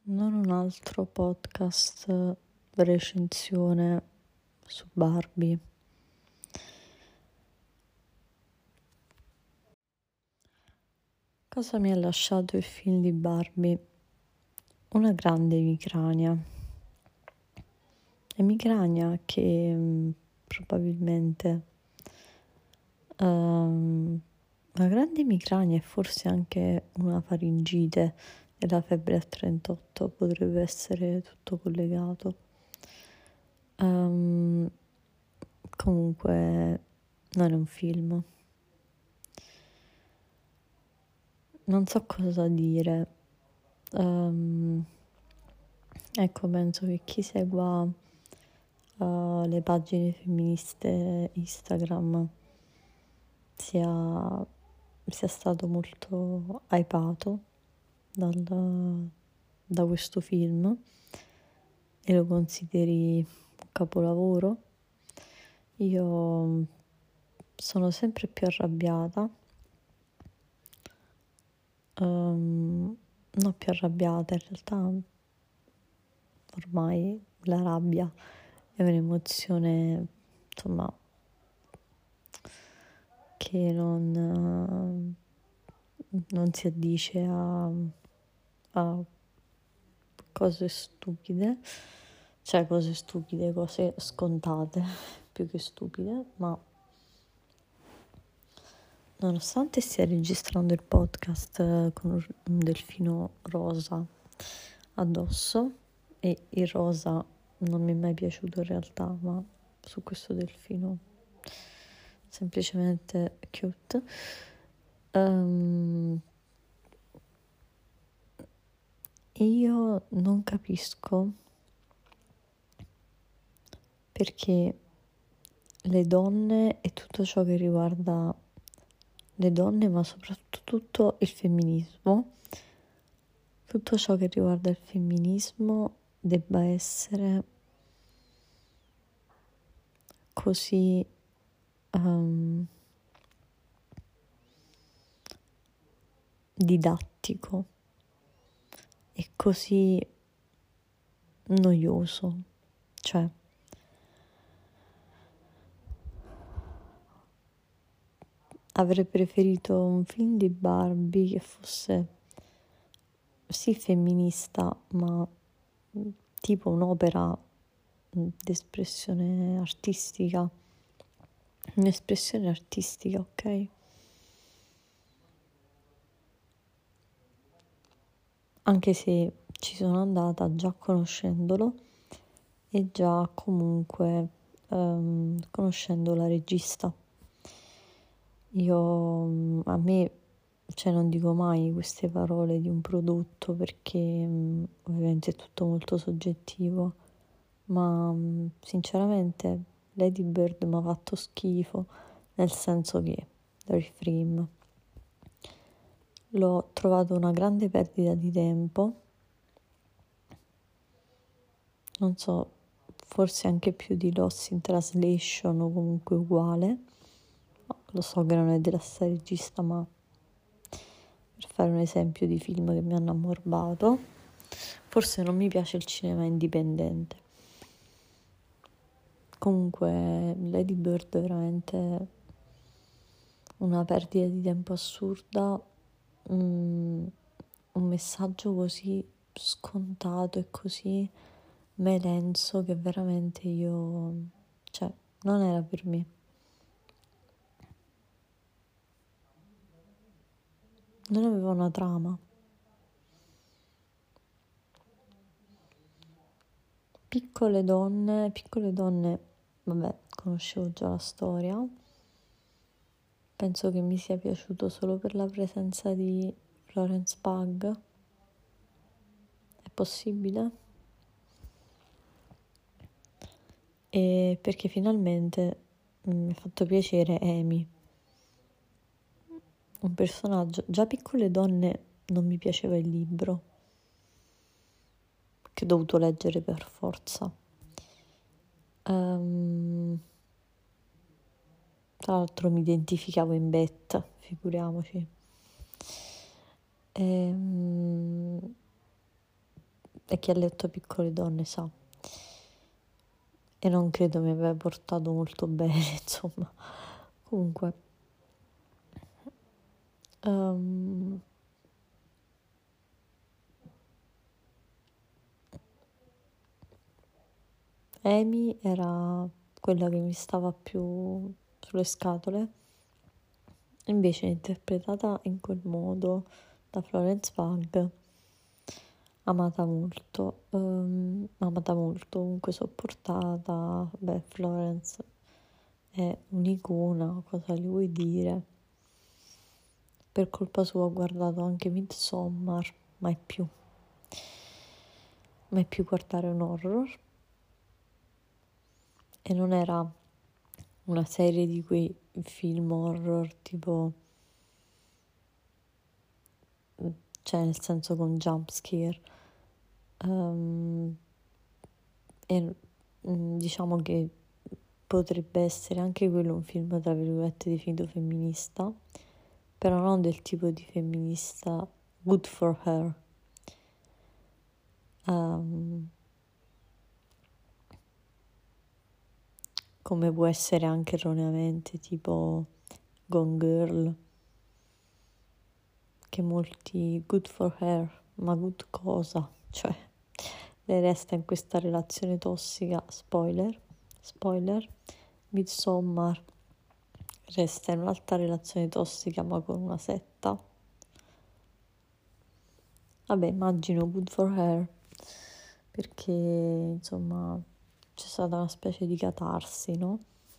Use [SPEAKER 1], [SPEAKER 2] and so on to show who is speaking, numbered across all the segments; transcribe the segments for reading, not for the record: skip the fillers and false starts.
[SPEAKER 1] Non un altro podcast recensione su Barbie. Cosa mi ha lasciato il film di Barbie? Una grande emicrania. Emicrania che probabilmente una grande emicrania e forse anche una faringite e la febbre a 38 potrebbe essere tutto collegato. Comunque non è un film. Non so cosa dire. Ecco, penso che chi segua le pagine femministe Instagram sia stato molto hypato da questo film e lo consideri un capolavoro. Io sono sempre più arrabbiata, non più arrabbiata, in realtà ormai la rabbia è un'emozione, insomma, che non si addice a cose stupide, cose scontate più che stupide, ma nonostante stia registrando il podcast con un delfino rosa addosso, e il rosa non mi è mai piaciuto in realtà, ma su questo delfino semplicemente cute. Io non capisco perché le donne e tutto ciò che riguarda le donne, ma soprattutto il femminismo, tutto ciò che riguarda il femminismo debba essere così didattico e così noioso. Cioè, avrei preferito un film di Barbie che fosse sì femminista, ma tipo un'opera d'espressione artistica, un'espressione artistica, ok? Anche se ci sono andata già conoscendolo e già comunque conoscendo la regista. A me, cioè non dico mai queste parole di un prodotto perché ovviamente è tutto molto soggettivo, ma sinceramente Lady Bird mi ha fatto schifo, nel senso che Frame l'ho trovato una grande perdita di tempo, non so, forse anche più di Lost in Translation o comunque uguale. Lo so che non è della stessa regista, ma per fare un esempio di film che mi hanno ammorbato, forse non mi piace il cinema indipendente. Comunque Lady Bird è veramente una perdita di tempo assurda, un messaggio così scontato e così melenso che veramente cioè, non era per me. Non aveva una trama. Piccole donne, vabbè, conoscevo già la storia. Penso che mi sia piaciuto solo per la presenza di Florence Pugh. È possibile? E perché finalmente mi ha fatto piacere Amy, un personaggio. Già Piccole donne non mi piaceva il libro, che ho dovuto leggere per forza. Tra l'altro mi identificavo in Beth, figuriamoci. e chi ha letto Piccole donne sa. E non credo mi abbia portato molto bene, insomma. Comunque, Amy era quella che mi stava più sulle scatole, invece interpretata in quel modo da Florence Pugh, amata molto, comunque sopportata. Beh, Florence è un'icona, cosa gli vuoi dire? Per colpa sua ho guardato anche Midsommar, mai più guardare un horror. E non era una serie di quei film horror tipo, cioè nel senso con jump scare. E diciamo che potrebbe essere anche quello un film tra virgolette definito femminista, però non del tipo di femminista good for her. Come può essere anche erroneamente tipo Gone Girl, che molti good for her, ma good cosa? Cioè, lei resta in questa relazione tossica, spoiler, Midsommar resta in un'altra relazione tossica ma con una setta. Vabbè, immagino good for her, perché insomma c'è stata una specie di catarsi, no?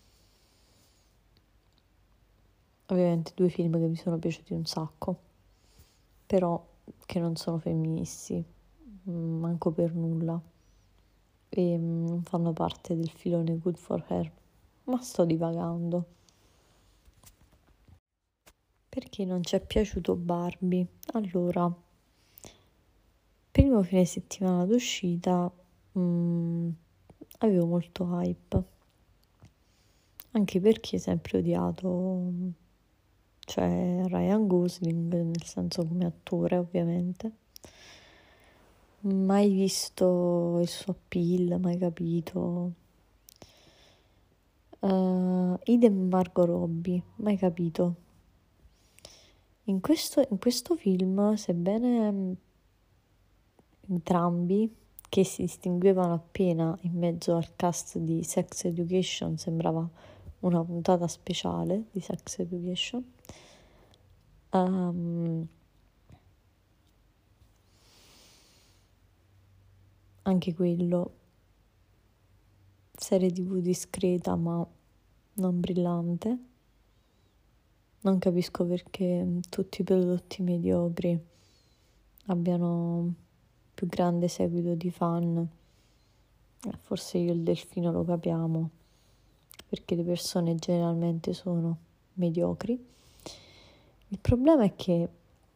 [SPEAKER 1] Ovviamente due film che mi sono piaciuti un sacco, però che non sono femministi, manco per nulla, e non fanno parte del filone good for her, ma sto divagando. Perché non ci è piaciuto Barbie? Allora, primo fine settimana d'uscita avevo molto hype, anche perché sempre odiato, cioè Ryan Gosling, nel senso come attore ovviamente. Mai visto il suo appeal, mai capito. Idem Margot Robbie, mai capito. In questo film, sebbene entrambi, che si distinguevano appena in mezzo al cast di Sex Education, sembrava una puntata speciale di Sex Education, anche quello, serie TV discreta ma non brillante. Non capisco perché tutti i prodotti mediocri abbiano più grande seguito di fan. Forse io e il delfino lo capiamo, perché le persone generalmente sono mediocri. Il problema è che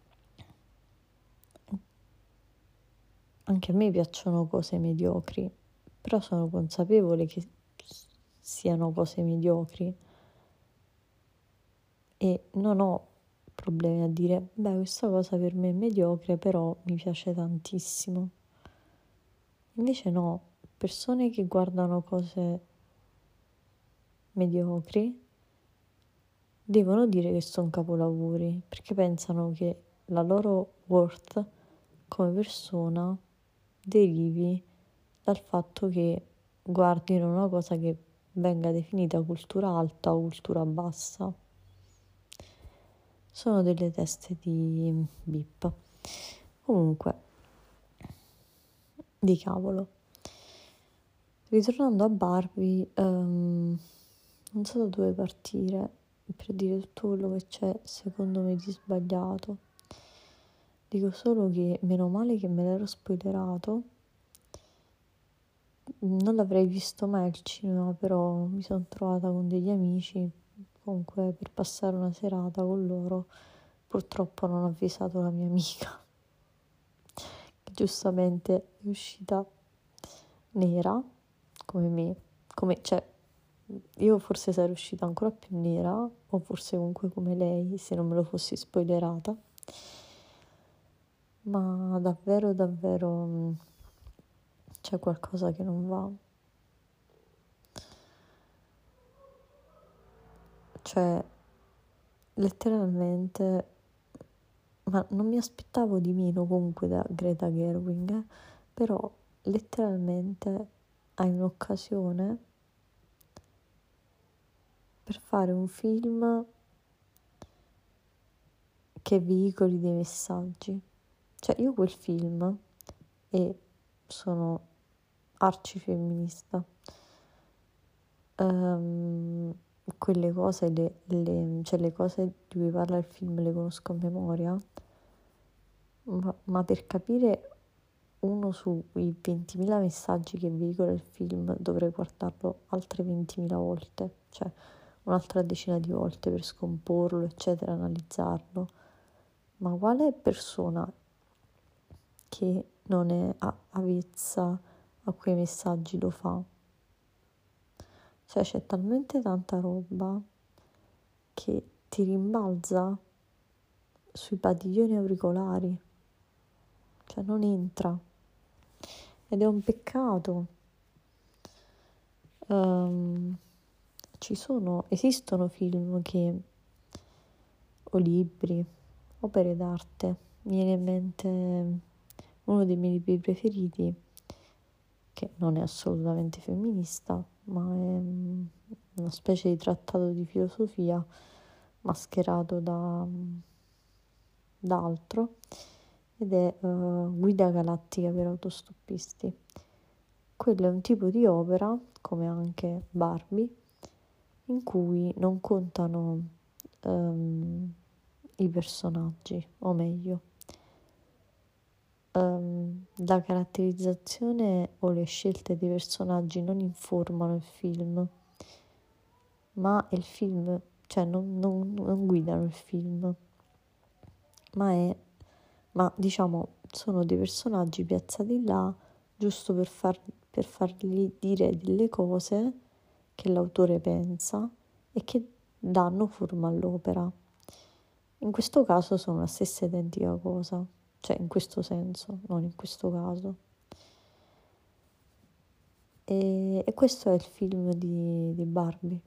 [SPEAKER 1] anche a me piacciono cose mediocri, però sono consapevole che siano cose mediocri e non ho problemi a dire, beh, questa cosa per me è mediocre, però mi piace tantissimo. Invece no, persone che guardano cose mediocri devono dire che sono capolavori, perché pensano che la loro worth come persona derivi dal fatto che guardino una cosa che venga definita cultura alta o cultura bassa. Sono delle teste di bip. Comunque, di cavolo. Ritornando a Barbie, non so da dove partire per dire tutto quello che c'è secondo me di sbagliato. Dico solo che meno male che me l'ero spoilerato. Non l'avrei visto mai al cinema, però mi sono trovata con degli amici, comunque per passare una serata con loro. Purtroppo non ho avvisato la mia amica, che giustamente è uscita nera, come me, cioè, io forse sarei uscita ancora più nera, o forse comunque come lei, se non me lo fossi spoilerata. Ma davvero, davvero c'è qualcosa che non va. Cioè, letteralmente, ma non mi aspettavo di meno comunque da Greta Gerwig, però letteralmente hai un'occasione per fare un film che veicoli dei messaggi. Cioè, io quel film, e sono arcifemminista, quelle cose, cioè le cose di cui parla il film le conosco a memoria, ma per capire uno sui 20.000 messaggi che veicola il film dovrei guardarlo altre 20.000 volte, cioè un'altra decina di volte per scomporlo, eccetera, analizzarlo. Ma quale persona che non è avvezza a quei messaggi lo fa? Cioè c'è talmente tanta roba che ti rimbalza sui padiglioni auricolari, cioè non entra, ed è un peccato. Esistono film o libri, opere d'arte. Mi viene in mente uno dei miei libri preferiti, che non è assolutamente femminista, ma è una specie di trattato di filosofia mascherato da altro, ed è Guida galattica per autostoppisti. Quello è un tipo di opera, come anche Barbie, in cui non contano i personaggi, o meglio, la caratterizzazione o le scelte dei personaggi non informano il film, ma il film, cioè non guidano il film, ma diciamo sono dei personaggi piazzati là giusto per fargli dire delle cose che l'autore pensa e che danno forma all'opera. In questo caso sono la stessa identica cosa, cioè in questo senso, non in questo caso. E questo è il film di Barbie.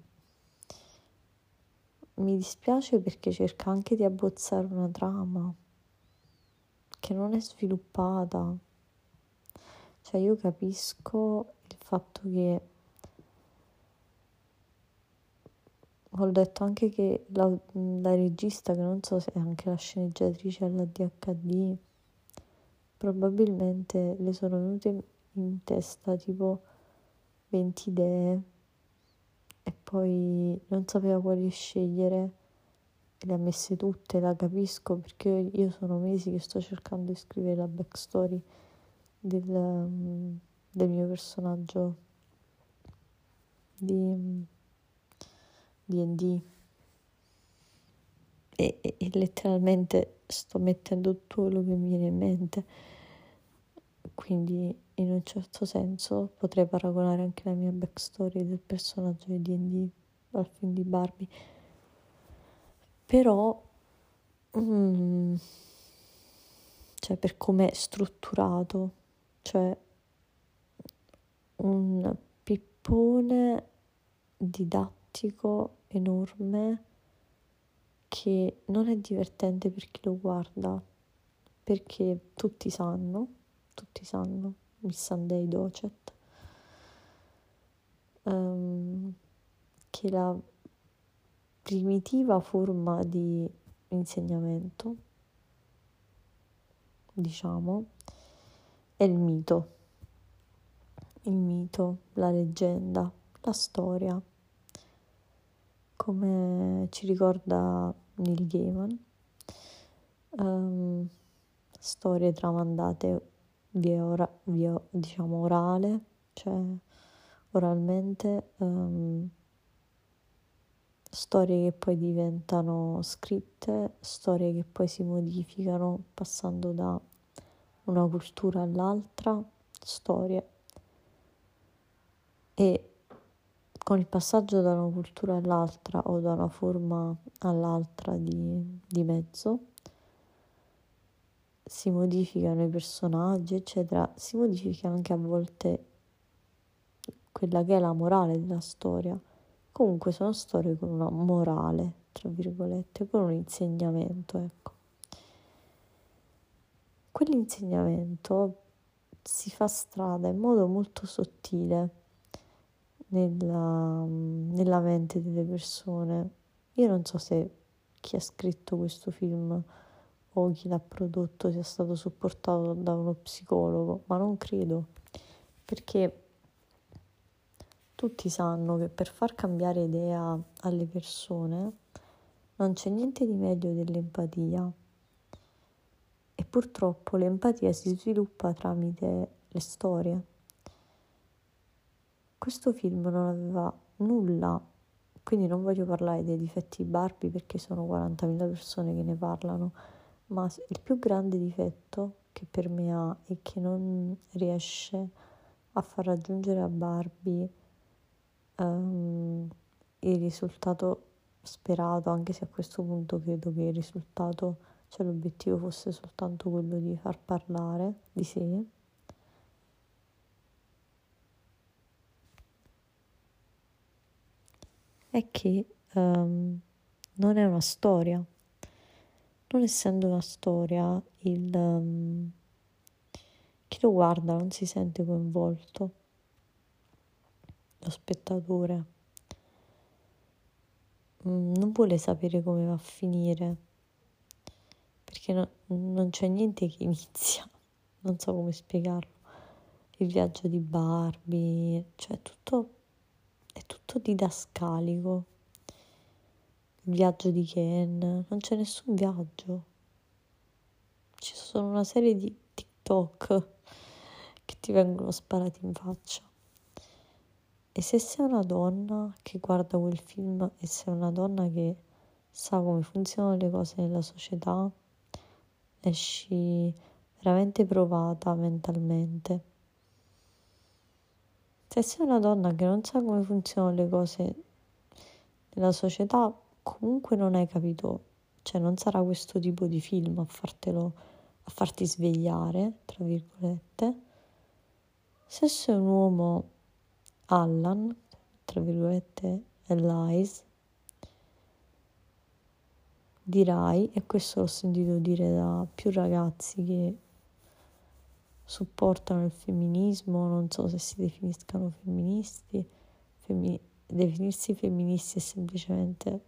[SPEAKER 1] Mi dispiace perché cerca anche di abbozzare una trama che non è sviluppata. Cioè io capisco il fatto che ho detto anche che la regista, che non so se è anche la sceneggiatrice all'ADHD, probabilmente le sono venute in testa tipo 20 idee e poi non sapeva quali scegliere e le ha messe tutte. La capisco perché io sono mesi che sto cercando di scrivere la backstory del mio personaggio di D&D e letteralmente sto mettendo tutto quello che mi viene in mente, quindi in un certo senso potrei paragonare anche la mia backstory del personaggio di D&D al film di Barbie, però cioè per come è strutturato, cioè un pippone didattico enorme che non è divertente per chi lo guarda, perché tutti sanno, Missandei Docet, che la primitiva forma di insegnamento, diciamo, è il mito, la leggenda, la storia, come ci ricorda Neil Gaiman, storie tramandate via diciamo orale, cioè oralmente, storie che poi diventano scritte, storie che poi si modificano passando da una cultura all'altra, storie. E con il passaggio da una cultura all'altra o da una forma all'altra di mezzo si modificano i personaggi, eccetera, si modifica anche a volte quella che è la morale della storia. Comunque sono storie con una morale, tra virgolette, con un insegnamento, ecco. Quell'insegnamento si fa strada in modo molto sottile nella mente delle persone. Io non so se chi ha scritto questo film o chi l'ha prodotto sia stato supportato da uno psicologo, ma non credo, perché tutti sanno che per far cambiare idea alle persone non c'è niente di meglio dell'empatia. E purtroppo l'empatia si sviluppa tramite le storie. Questo film non aveva nulla, quindi non voglio parlare dei difetti di Barbie perché sono 40.000 persone che ne parlano, ma il più grande difetto che per me ha è che non riesce a far raggiungere a Barbie il risultato sperato, anche se a questo punto credo che il risultato, cioè l'obiettivo fosse soltanto quello di far parlare di sé. È che non è una storia. Non essendo una storia, chi lo guarda non si sente coinvolto, lo spettatore. Non vuole sapere come va a finire, perché non c'è niente che inizia, non so come spiegarlo. Il viaggio di Barbie, cioè è tutto didascalico. Il viaggio di Ken, non c'è nessun viaggio. Ci sono una serie di TikTok che ti vengono sparati in faccia. E se sei una donna che guarda quel film e sei una donna che sa come funzionano le cose nella società, esci veramente provata mentalmente. Se sei una donna che non sa come funzionano le cose nella società, comunque non hai capito, cioè non sarà questo tipo di film a farti svegliare, tra virgolette. Se sei un uomo Allan, tra virgolette, Elias, dirai, e questo l'ho sentito dire da più ragazzi che supportano il femminismo, non so se si definiscano femministi, definirsi femministi è semplicemente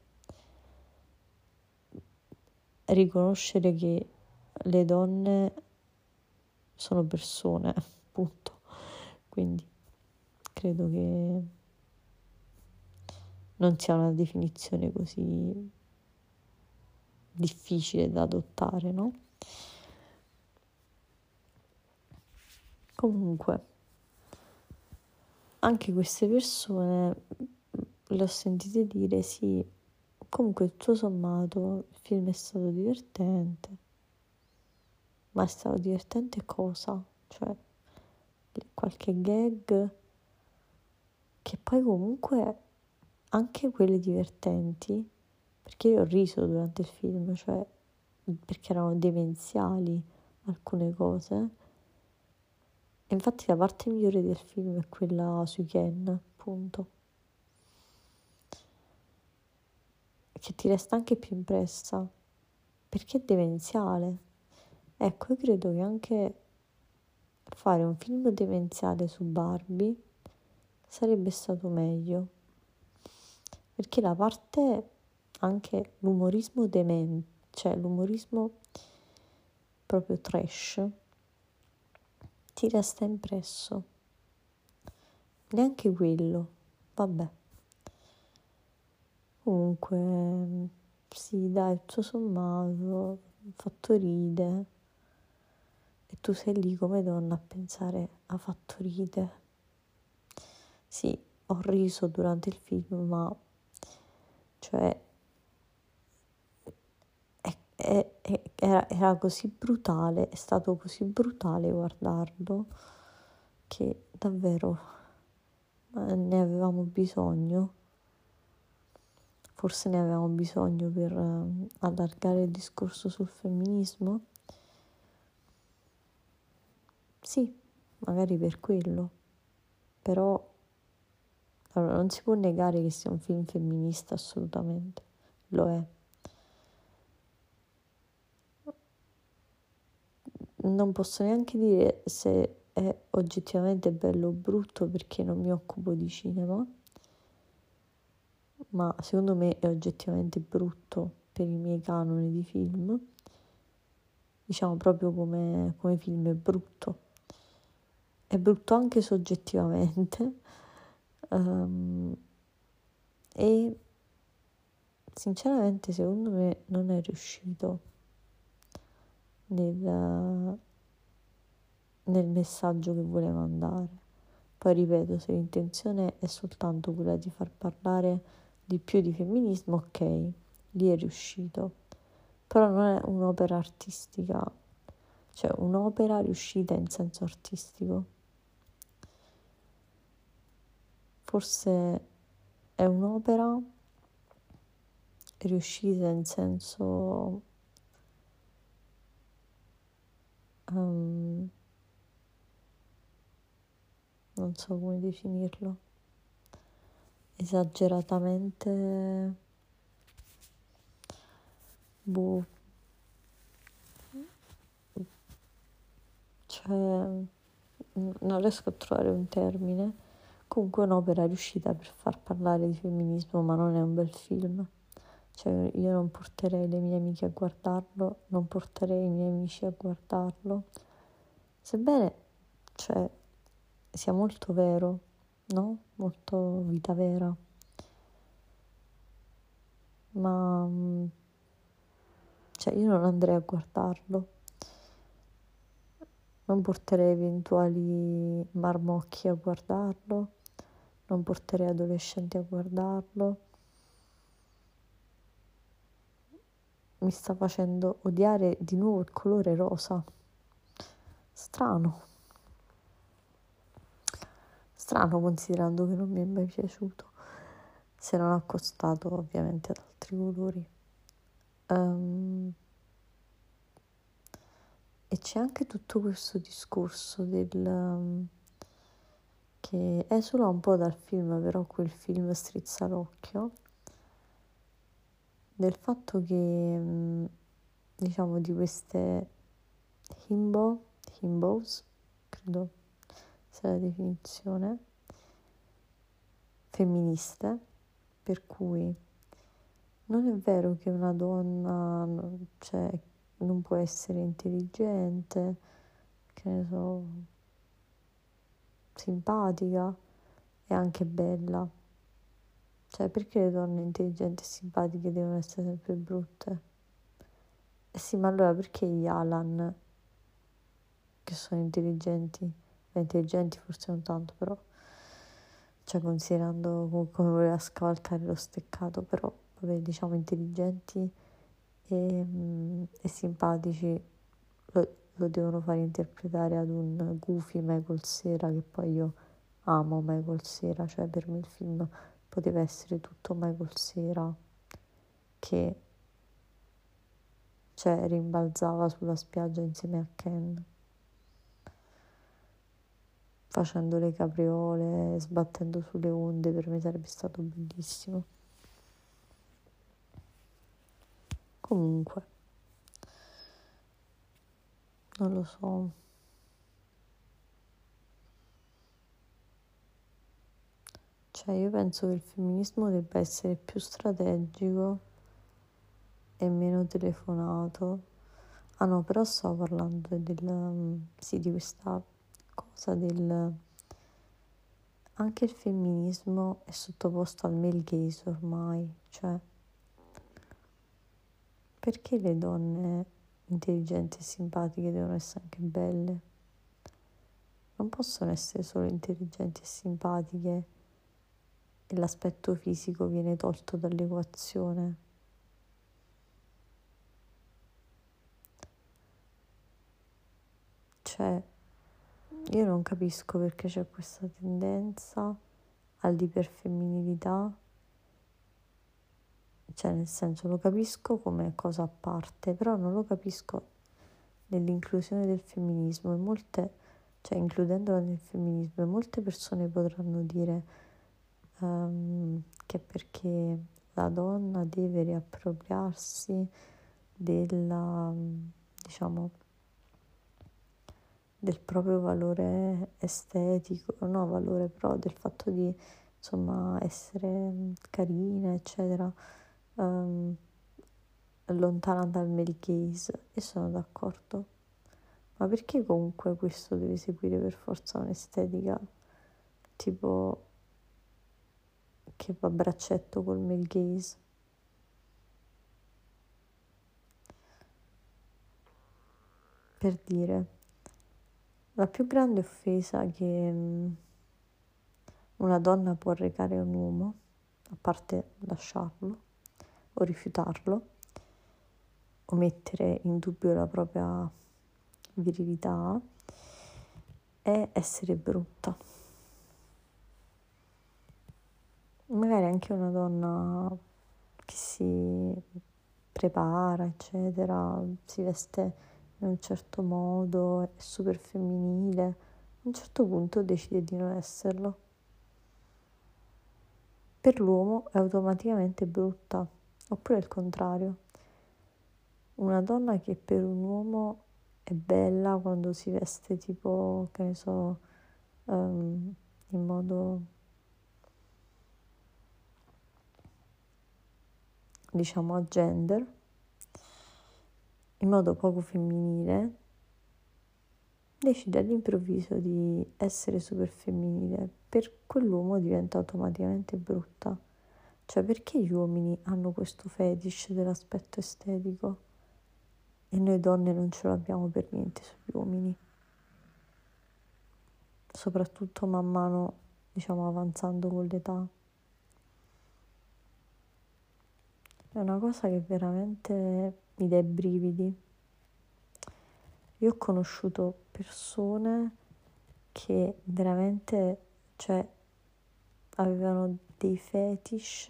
[SPEAKER 1] riconoscere che le donne sono persone, punto. Quindi credo che non sia una definizione così difficile da adottare, no? Comunque, anche queste persone le ho sentite dire sì, comunque tutto sommato il film è stato divertente, ma è stato divertente cosa? Cioè, qualche gag che poi comunque anche quelle divertenti, perché io ho riso durante il film, cioè perché erano demenziali alcune cose. E infatti la parte migliore del film è quella sui Ken, appunto, che ti resta anche più impressa, perché è demenziale. Ecco, io credo che anche fare un film demenziale su Barbie sarebbe stato meglio, perché la parte, anche l'umorismo demente, cioè l'umorismo proprio trash, ti resta impresso. Neanche quello, vabbè. Comunque, sì, dai, tutto sommato, fatto ride. E tu sei lì come donna a pensare, ha fatto ride. Sì, ho riso durante il film, ma cioè era così brutale, è stato così brutale guardarlo che davvero ne avevamo bisogno. Forse ne avevamo bisogno per allargare il discorso sul femminismo. Sì, magari per quello, però allora, non si può negare che sia un film femminista, assolutamente, lo è. Non posso neanche dire se è oggettivamente bello o brutto perché non mi occupo di cinema, ma secondo me è oggettivamente brutto per i miei canoni di film, diciamo proprio come film è brutto anche soggettivamente. Ehm, e sinceramente secondo me non è riuscito nel, nel messaggio che vuole mandare. Poi ripeto, se l'intenzione è soltanto quella di far parlare di più di femminismo, ok, lì è riuscito. Però non è un'opera artistica, cioè un'opera riuscita in senso artistico. Forse è un'opera riuscita in senso non so come definirlo, esageratamente, boh, cioè non riesco a trovare un termine. Comunque è un'opera riuscita per far parlare di femminismo, ma non è un bel film. Cioè io non porterei le mie amiche a guardarlo, non porterei i miei amici a guardarlo. Sebbene, cioè, sia molto vero, no? Molto vita vera. Ma cioè io non andrei a guardarlo, non porterei eventuali marmocchi a guardarlo, non porterei adolescenti a guardarlo. Mi sta facendo odiare di nuovo il colore rosa. Strano. Strano considerando che non mi è mai piaciuto, se non accostato ovviamente ad altri colori. E c'è anche tutto questo discorso che esula un po' dal film, però quel film strizza l'occhio, del fatto che, diciamo, di queste himbos, credo sia la definizione, femministe, per cui non è vero che una donna, cioè, non può essere intelligente, che ne so, simpatica e anche bella. Cioè, perché le donne intelligenti e simpatiche devono essere sempre brutte? Eh sì, ma allora perché gli Alan, che sono intelligenti, intelligenti forse non tanto, però, cioè considerando come voleva scavalcare lo steccato, però, vabbè, diciamo intelligenti e simpatici lo devono fare interpretare ad un goofy Michael Cera, che poi io amo Michael Cera, cioè per me il film poteva essere tutto Michael Cera che cioè rimbalzava sulla spiaggia insieme a Ken, facendo le capriole, sbattendo sulle onde, per me sarebbe stato bellissimo. Comunque, non lo so. Cioè, io penso che il femminismo debba essere più strategico e meno telefonato. Ah no, però stavo parlando sì, di questa cosa del... Anche il femminismo è sottoposto al male gaze ormai, cioè perché le donne intelligenti e simpatiche devono essere anche belle? Non possono essere solo intelligenti e simpatiche e l'aspetto fisico viene tolto dall'equazione. Cioè, io non capisco perché c'è questa tendenza all'iperfemminilità, cioè nel senso lo capisco come cosa a parte, però non lo capisco nell'inclusione del femminismo e molte cioè includendola nel femminismo, e molte persone potranno dire che perché la donna deve riappropriarsi della, diciamo, del proprio valore estetico, no valore però del fatto di insomma essere carina, eccetera, lontana dal male gaze, e sono d'accordo. Ma perché comunque questo deve seguire per forza un'estetica tipo che va a braccetto col male gaze? Per dire, la più grande offesa che una donna può recare a un uomo, a parte lasciarlo o rifiutarlo o mettere in dubbio la propria virilità, è essere brutta. Magari anche una donna che si prepara, eccetera, si veste in un certo modo, è super femminile, a un certo punto decide di non esserlo. Per l'uomo è automaticamente brutta, oppure il contrario. Una donna che per un uomo è bella quando si veste tipo, che ne so, in modo, diciamo, a gender, in modo poco femminile, decide all'improvviso di essere super femminile, per quell'uomo diventa automaticamente brutta. Cioè, perché gli uomini hanno questo fetish dell'aspetto estetico e noi donne non ce l'abbiamo per niente sugli uomini? Soprattutto man mano, diciamo, avanzando con l'età. È una cosa che veramente mi dà i brividi. Io ho conosciuto persone che veramente, cioè, avevano dei fetish,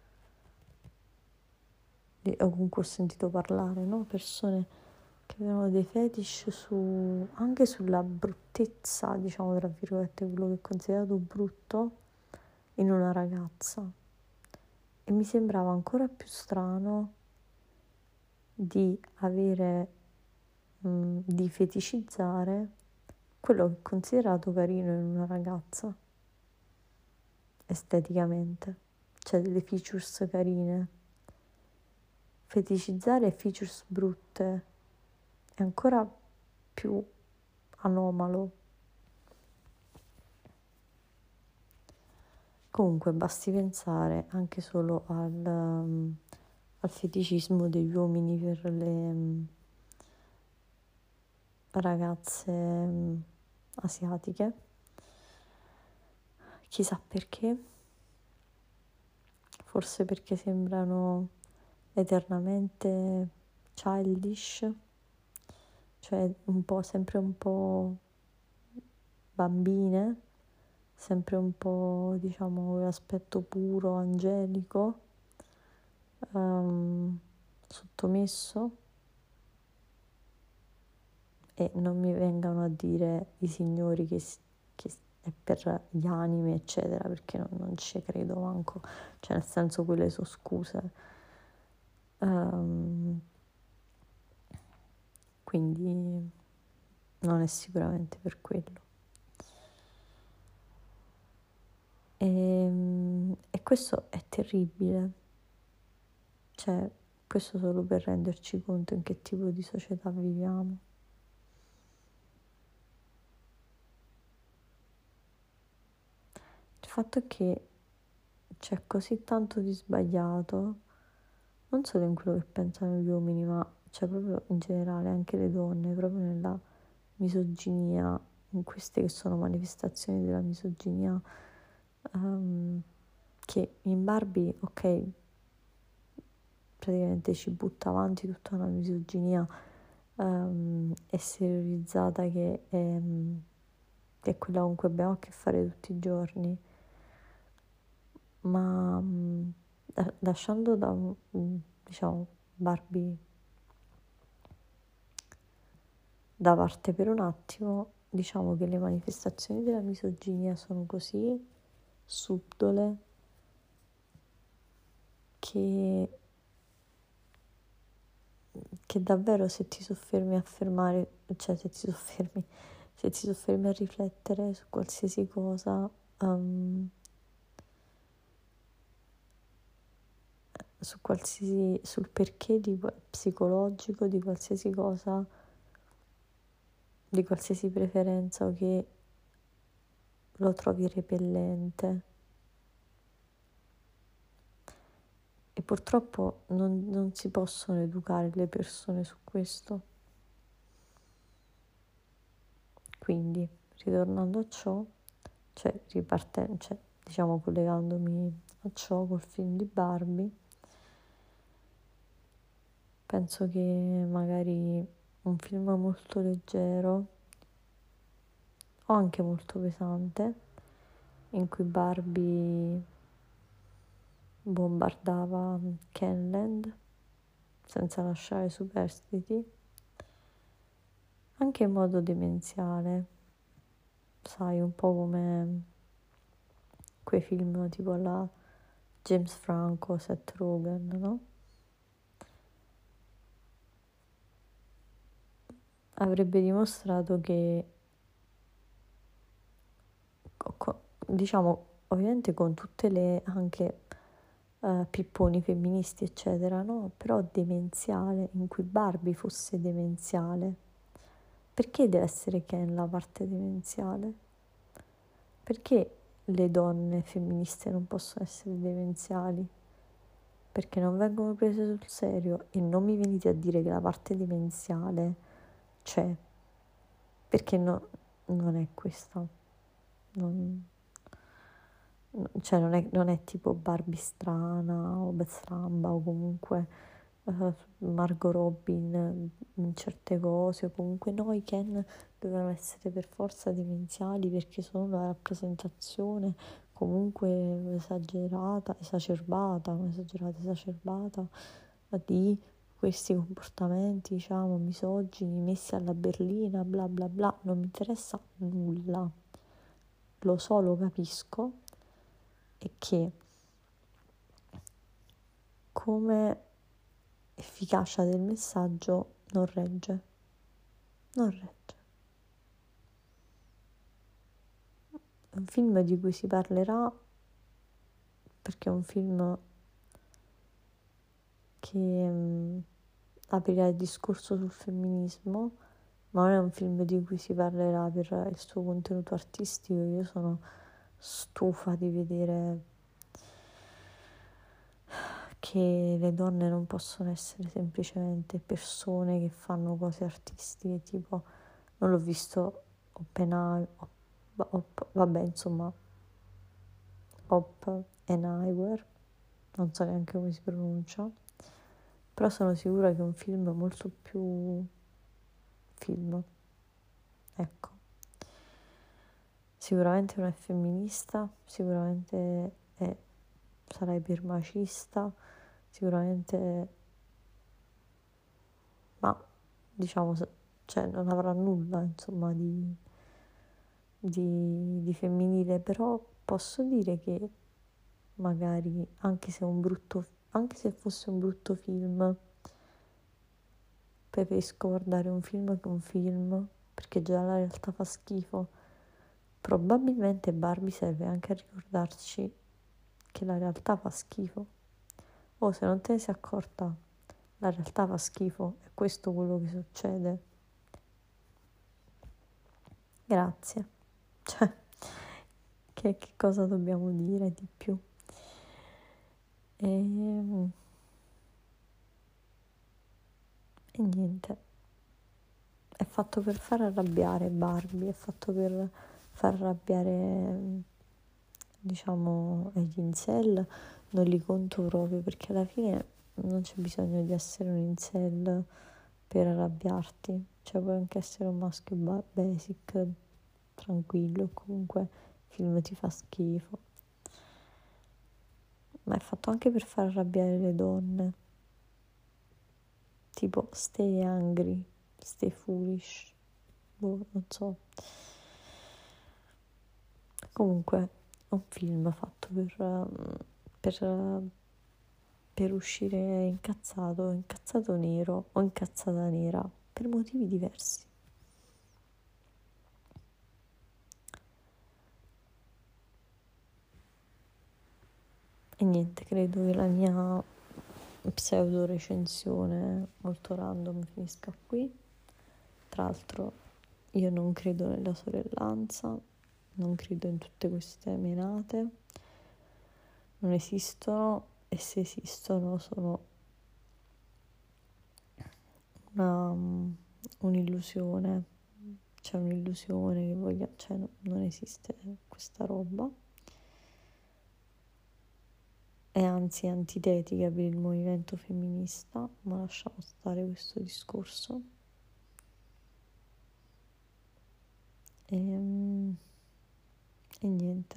[SPEAKER 1] o comunque ho sentito parlare, no? Persone che avevano dei fetish anche sulla bruttezza, diciamo, tra virgolette, quello che è considerato brutto in una ragazza. E mi sembrava ancora più strano di avere, di feticizzare quello che è considerato carino in una ragazza, esteticamente, cioè delle features carine. Feticizzare features brutte è ancora più anomalo. Comunque basti pensare anche solo al feticismo degli uomini per le ragazze asiatiche. Chissà perché, forse perché sembrano eternamente childish, cioè sempre un po' bambine, sempre un po', diciamo, l'aspetto puro, angelico, sottomesso. E non mi vengano a dire i signori che è per gli animi, eccetera, perché non ci credo manco, cioè nel senso, quelle sono scuse. Quindi non è sicuramente per quello. E questo è terribile, cioè questo solo per renderci conto in che tipo di società viviamo. Il fatto è che c'è così tanto di sbagliato, non solo in quello che pensano gli uomini, ma c'è proprio in generale anche le donne, proprio nella misoginia, in queste che sono manifestazioni della misoginia, che in Barbie, ok, praticamente ci butta avanti tutta una misoginia esteriorizzata che è quella con cui abbiamo a che fare tutti i giorni, ma lasciando diciamo, Barbie da parte per un attimo, diciamo che le manifestazioni della misoginia sono così subdole che davvero se ti soffermi a fermare, cioè se ti soffermi a riflettere su qualsiasi cosa, sul perché psicologico di qualsiasi cosa, di qualsiasi preferenza, o che lo trovi repellente. E purtroppo non si possono educare le persone su questo. Quindi, ritornando a ciò, cioè diciamo collegandomi a ciò col film di Barbie, penso che magari un film molto leggero o anche molto pesante, in cui Barbie bombardava Kenland senza lasciare superstiti, anche in modo demenziale, sai, un po' come quei film tipo alla James Franco, Seth Rogen, no? Avrebbe dimostrato che, diciamo, ovviamente con tutte le anche pipponi femministi, eccetera, no? Però demenziale, in cui Barbie fosse demenziale. Perché deve essere Ken la parte demenziale? Perché le donne femministe non possono essere demenziali? Perché non vengono prese sul serio, e non mi venite a dire che la parte demenziale c'è, perché non è questa. Cioè non è tipo Barbie strana o Stramba o comunque Margot Robbie in certe cose, o comunque no, i Ken dovevano essere per forza demenziali perché sono una rappresentazione comunque esacerbata di questi comportamenti, diciamo, misogini messi alla berlina, bla bla bla. Non mi interessa nulla, lo so, lo capisco, e che come efficacia del messaggio non regge. È un film di cui si parlerà perché è un film che aprirà il discorso sul femminismo, ma non è un film di cui si parlerà per il suo contenuto artistico. Io sono stufa di vedere che le donne non possono essere semplicemente persone che fanno cose artistiche, tipo, non l'ho visto vabbè, insomma, Oppenheimer, non so neanche come si pronuncia, però sono sicura che è un film molto più film, ecco. Sicuramente non è femminista, sicuramente sarà ipermacista, sicuramente, ma diciamo, cioè non avrà nulla, insomma, di femminile, però posso dire che magari, anche se fosse un brutto film, preferisco guardare un film che un film, perché già la realtà fa schifo. Probabilmente Barbie serve anche a ricordarci che la realtà fa schifo. O se non te ne sei accorta, la realtà fa schifo, è questo quello che succede. Grazie. Cioè, che cosa dobbiamo dire di più? E niente. È fatto per far arrabbiare Barbie, è fatto per far arrabbiare, diciamo, gli incel. Non li conto proprio, perché alla fine non c'è bisogno di essere un incel per arrabbiarti, cioè puoi anche essere un maschio basic, tranquillo, comunque il film ti fa schifo, ma è fatto anche per far arrabbiare le donne, tipo stay angry, stay foolish. boh, non so. Comunque è un film fatto per uscire incazzato nero o incazzata nera, per motivi diversi. E niente, credo che la mia pseudo recensione molto random finisca qui. Tra l'altro io non credo nella sorellanza, non credo in tutte queste menate, non esistono, e se esistono sono un'illusione, c'è un'illusione che voglia, cioè non esiste questa roba. È anzi antitetica per il movimento femminista, ma lasciamo stare questo discorso. E niente,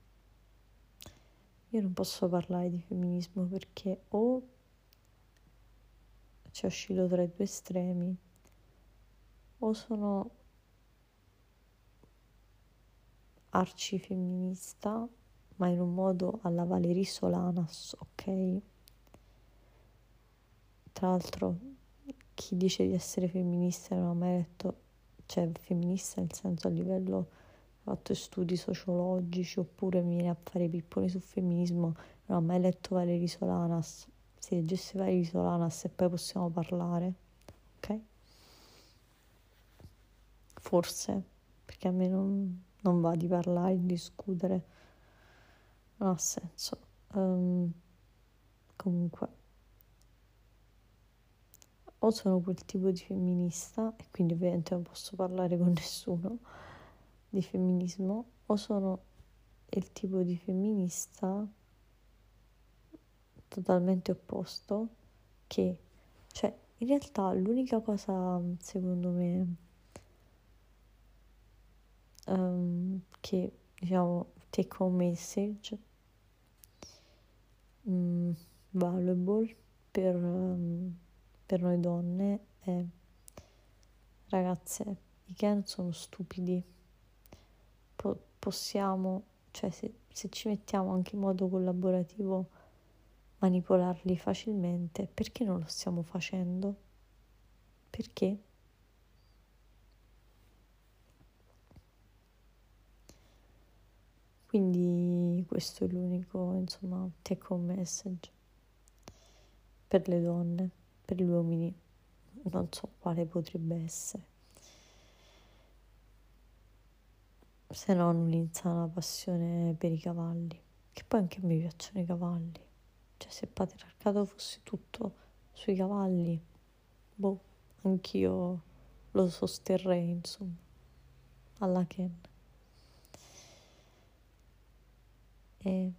[SPEAKER 1] io non posso parlare di femminismo perché o ci oscillo tra i due estremi o sono arcifemminista, ma in un modo alla Valerie Solanas, ok? Tra l'altro chi dice di essere femminista non ha mai letto, cioè femminista nel senso a livello, ha fatto studi sociologici oppure mi viene a fare pipponi sul femminismo, non ha mai letto Valerie Solanas. Se leggesse Valerie Solanas e poi possiamo parlare, ok? Forse, perché a me non va di parlare, di discutere, non ha senso. Comunque, o sono quel tipo di femminista, e quindi ovviamente non posso parlare con nessuno di femminismo, o sono il tipo di femminista totalmente opposto, che, cioè, in realtà l'unica cosa, secondo me, che, diciamo, take home message, valuable per noi donne è: ragazze, i Ken sono stupidi, possiamo, cioè se ci mettiamo anche in modo collaborativo, manipolarli facilmente. Perché non lo stiamo facendo? Perché? Quindi questo è l'unico, insomma, take home message per le donne, per gli uomini non so quale potrebbe essere, se non un'insana passione per i cavalli, che poi anche a me piacciono i cavalli, cioè se il patriarcato fosse tutto sui cavalli, boh, anch'io lo sosterrei, insomma, alla Ken. E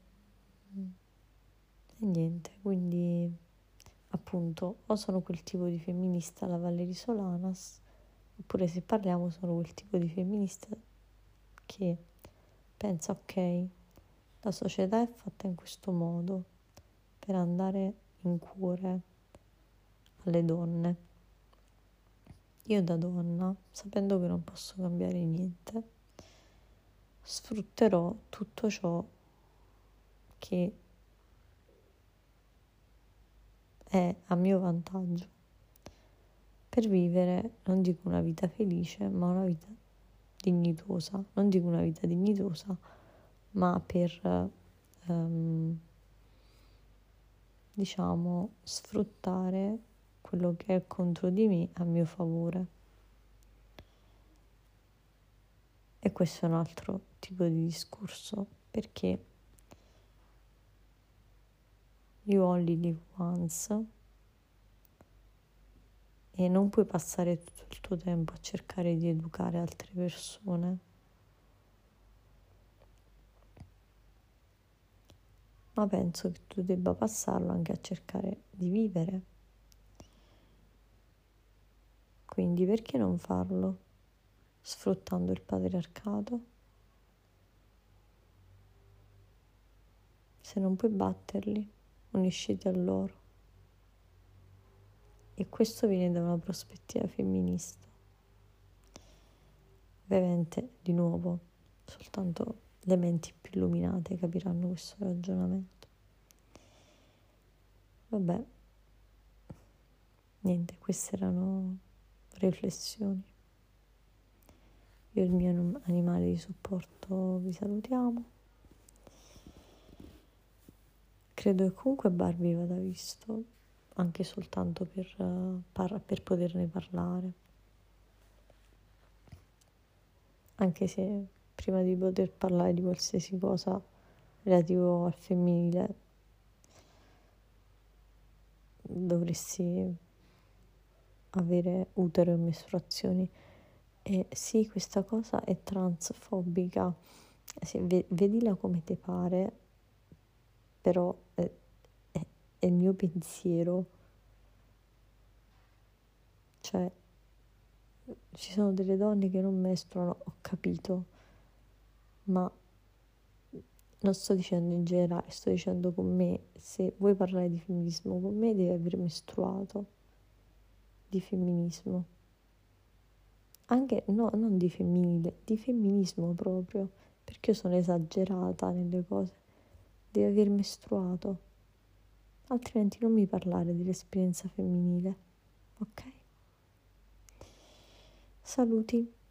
[SPEAKER 1] niente, quindi appunto o sono quel tipo di femminista alla Valerie Solanas, oppure se parliamo sono quel tipo di femminista che pensa, ok, la società è fatta in questo modo per andare in cuore alle donne. Io da donna, sapendo che non posso cambiare niente, sfrutterò tutto ciò che è a mio vantaggio per vivere, non dico una vita felice, ma una vita dignitosa. Non dico una vita dignitosa, ma per, diciamo, sfruttare quello che è contro di me a mio favore. E questo è un altro tipo di discorso, perché you only live once e non puoi passare tutto il tuo tempo a cercare di educare altre persone, ma penso che tu debba passarlo anche a cercare di vivere. Quindi perché non farlo sfruttando il patriarcato? Se non puoi batterli, unisciti a loro. E questo viene da una prospettiva femminista. ovviamente di nuovo soltanto le menti più illuminate capiranno questo ragionamento. Vabbè, niente, queste erano riflessioni. Io e il mio animale di supporto vi salutiamo. Credo che comunque Barbie vada visto anche soltanto per poterne parlare. Anche se prima di poter parlare di qualsiasi cosa relativo al femminile dovresti avere utero e mestruazioni. E sì, questa cosa è transfobica. Sì, vedila come te pare, però è il mio pensiero. Cioè, ci sono delle donne che non mestruano, ho capito, ma non sto dicendo in generale, sto dicendo con me, se vuoi parlare di femminismo con me devi aver mestruato di femminismo. Anche, no, non di femminile, di femminismo proprio, perché io sono esagerata nelle cose. Devi aver mestruato, altrimenti non mi parlare dell'esperienza femminile, ok? Saluti.